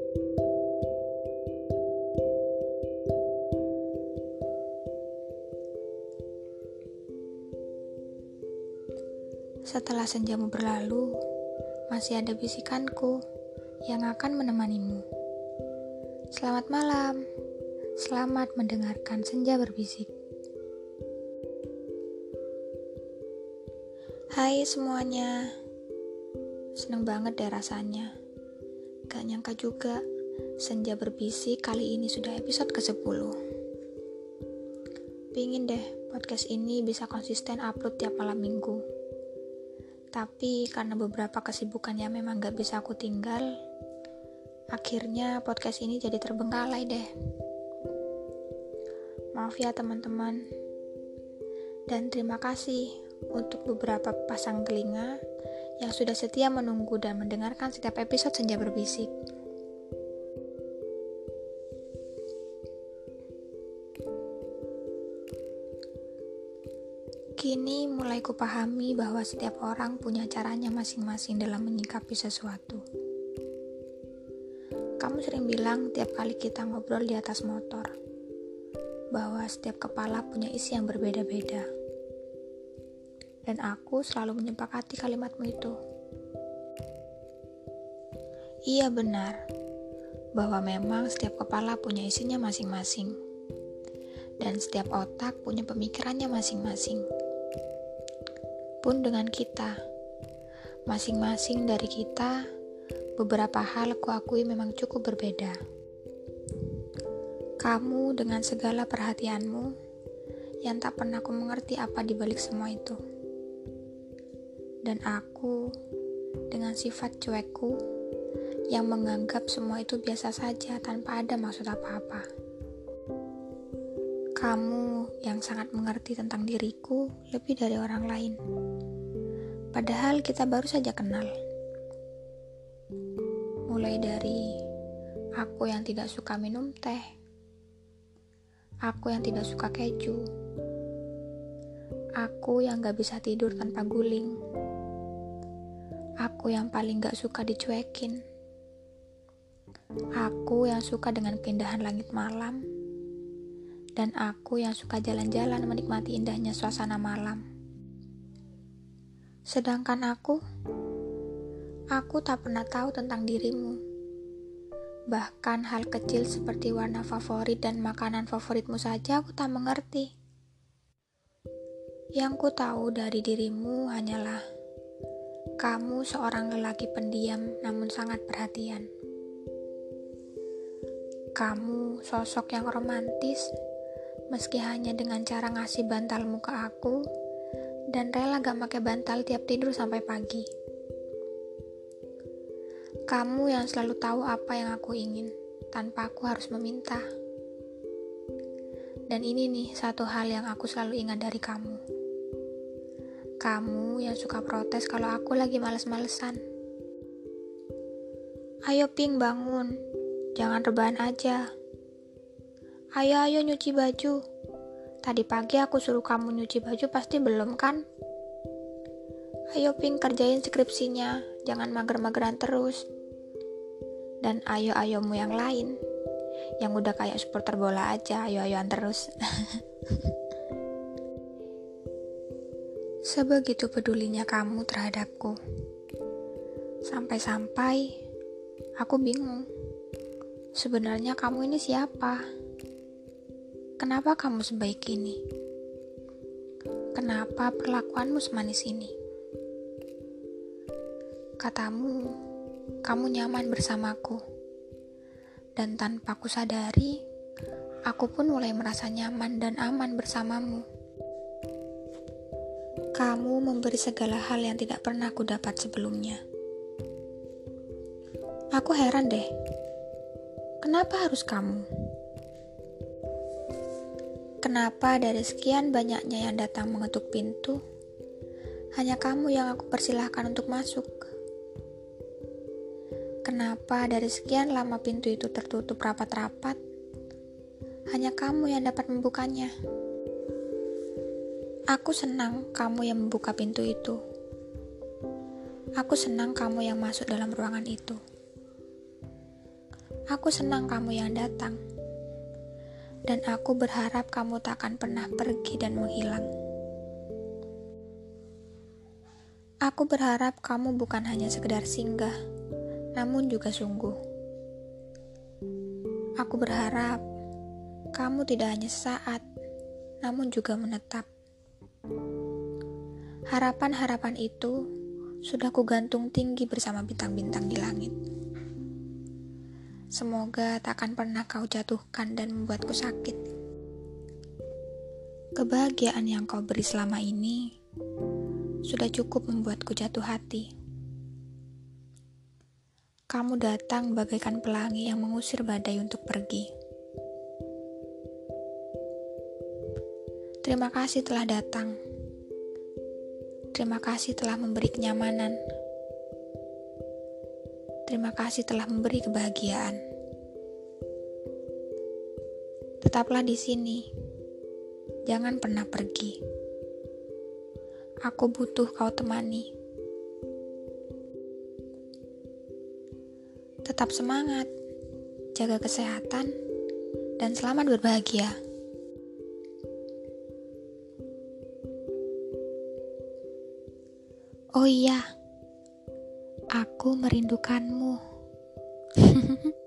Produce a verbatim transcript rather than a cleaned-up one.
Setelah senjamu berlalu, masih ada bisikanku yang akan menemanimu. Selamat malam, selamat mendengarkan senja berbisik. Hai semuanya, seneng banget deh rasanya. Gak nyangka juga, senja berbisik kali ini sudah episode kesepuluh. Pingin deh podcast ini bisa konsisten upload tiap malam minggu. Tapi karena beberapa kesibukan yang memang gak bisa aku tinggal, akhirnya podcast ini jadi terbengkalai deh. Maaf ya teman-teman. Dan terima kasih untuk beberapa pasang telinga yang sudah setia menunggu dan mendengarkan setiap episode Senja Berbisik. Kini mulai kupahami bahwa setiap orang punya caranya masing-masing dalam menyikapi sesuatu. Kamu sering bilang tiap kali kita ngobrol di atas motor, bahwa setiap kepala punya isi yang berbeda-beda. Dan aku selalu menyepakati kalimatmu itu. Iya benar, bahwa memang setiap kepala punya isinya masing-masing. Dan setiap otak punya pemikirannya masing-masing. Pun dengan kita, masing-masing dari kita, beberapa hal kuakui memang cukup berbeda. Kamu dengan segala perhatianmu, yang tak pernah aku mengerti apa di balik semua itu. Dan aku, dengan sifat cuekku, yang menganggap semua itu biasa saja tanpa ada maksud apa-apa. Kamu yang sangat mengerti tentang diriku lebih dari orang lain. Padahal kita baru saja kenal. Mulai dari aku yang tidak suka minum teh, aku yang tidak suka keju, aku yang gak bisa tidur tanpa guling, aku yang paling gak suka dicuekin, aku yang suka dengan keindahan langit malam, dan aku yang suka jalan-jalan menikmati indahnya suasana malam. Sedangkan aku, aku tak pernah tahu tentang dirimu. Bahkan hal kecil seperti warna favorit dan makanan favoritmu saja aku tak mengerti. Yang ku tahu dari dirimu hanyalah kamu seorang lelaki pendiam namun sangat perhatian. Kamu sosok yang romantis, meski hanya dengan cara ngasih bantalmu ke aku dan rela gak pakai bantal tiap tidur sampai pagi. Kamu yang selalu tahu apa yang aku ingin, tanpa aku harus meminta. Dan ini nih satu hal yang aku selalu ingat dari kamu. Kamu yang suka protes kalau aku lagi males-malesan. Ayo Ping bangun, jangan rebahan aja. Ayo ayo nyuci baju. Tadi pagi aku suruh kamu nyuci baju pasti belum kan? Ayo Ping kerjain skripsinya, jangan mager-mageran terus. Dan ayo-ayomu yang lain, yang udah kayak supporter bola aja, ayo-ayoan terus. Sebegitu pedulinya kamu terhadapku. Sampai-sampai aku bingung. Sebenarnya kamu ini siapa? Kenapa kamu sebaik ini? Kenapa perlakuanmu semanis ini? Katamu, kamu nyaman bersamaku. Dan tanpa aku sadari, aku pun mulai merasa nyaman dan aman bersamamu. Kamu memberi segala hal yang tidak pernah aku dapat sebelumnya. Aku heran deh, kenapa harus kamu? Kenapa dari sekian banyaknya yang datang mengetuk pintu, hanya kamu yang aku persilahkan untuk masuk? Kenapa dari sekian lama pintu itu tertutup rapat-rapat, hanya kamu yang dapat membukanya? Aku senang kamu yang membuka pintu itu. Aku senang kamu yang masuk dalam ruangan itu. Aku senang kamu yang datang. Dan aku berharap kamu tak akan pernah pergi dan menghilang. Aku berharap kamu bukan hanya sekedar singgah, namun juga sungguh. Aku berharap kamu tidak hanya sesaat, namun juga menetap. Harapan-harapan itu sudah kugantung tinggi bersama bintang-bintang di langit. Semoga tak akan pernah kau jatuhkan dan membuatku sakit. Kebahagiaan yang kau beri selama ini sudah cukup membuatku jatuh hati. Kamu datang bagaikan pelangi yang mengusir badai untuk pergi. Terima kasih telah datang. Terima kasih telah memberi kenyamanan. Terima kasih telah memberi kebahagiaan. Tetaplah di sini. Jangan pernah pergi. Aku butuh kau temani. Tetap semangat, jaga kesehatan, dan selamat berbahagia. Oh iya, aku merindukanmu.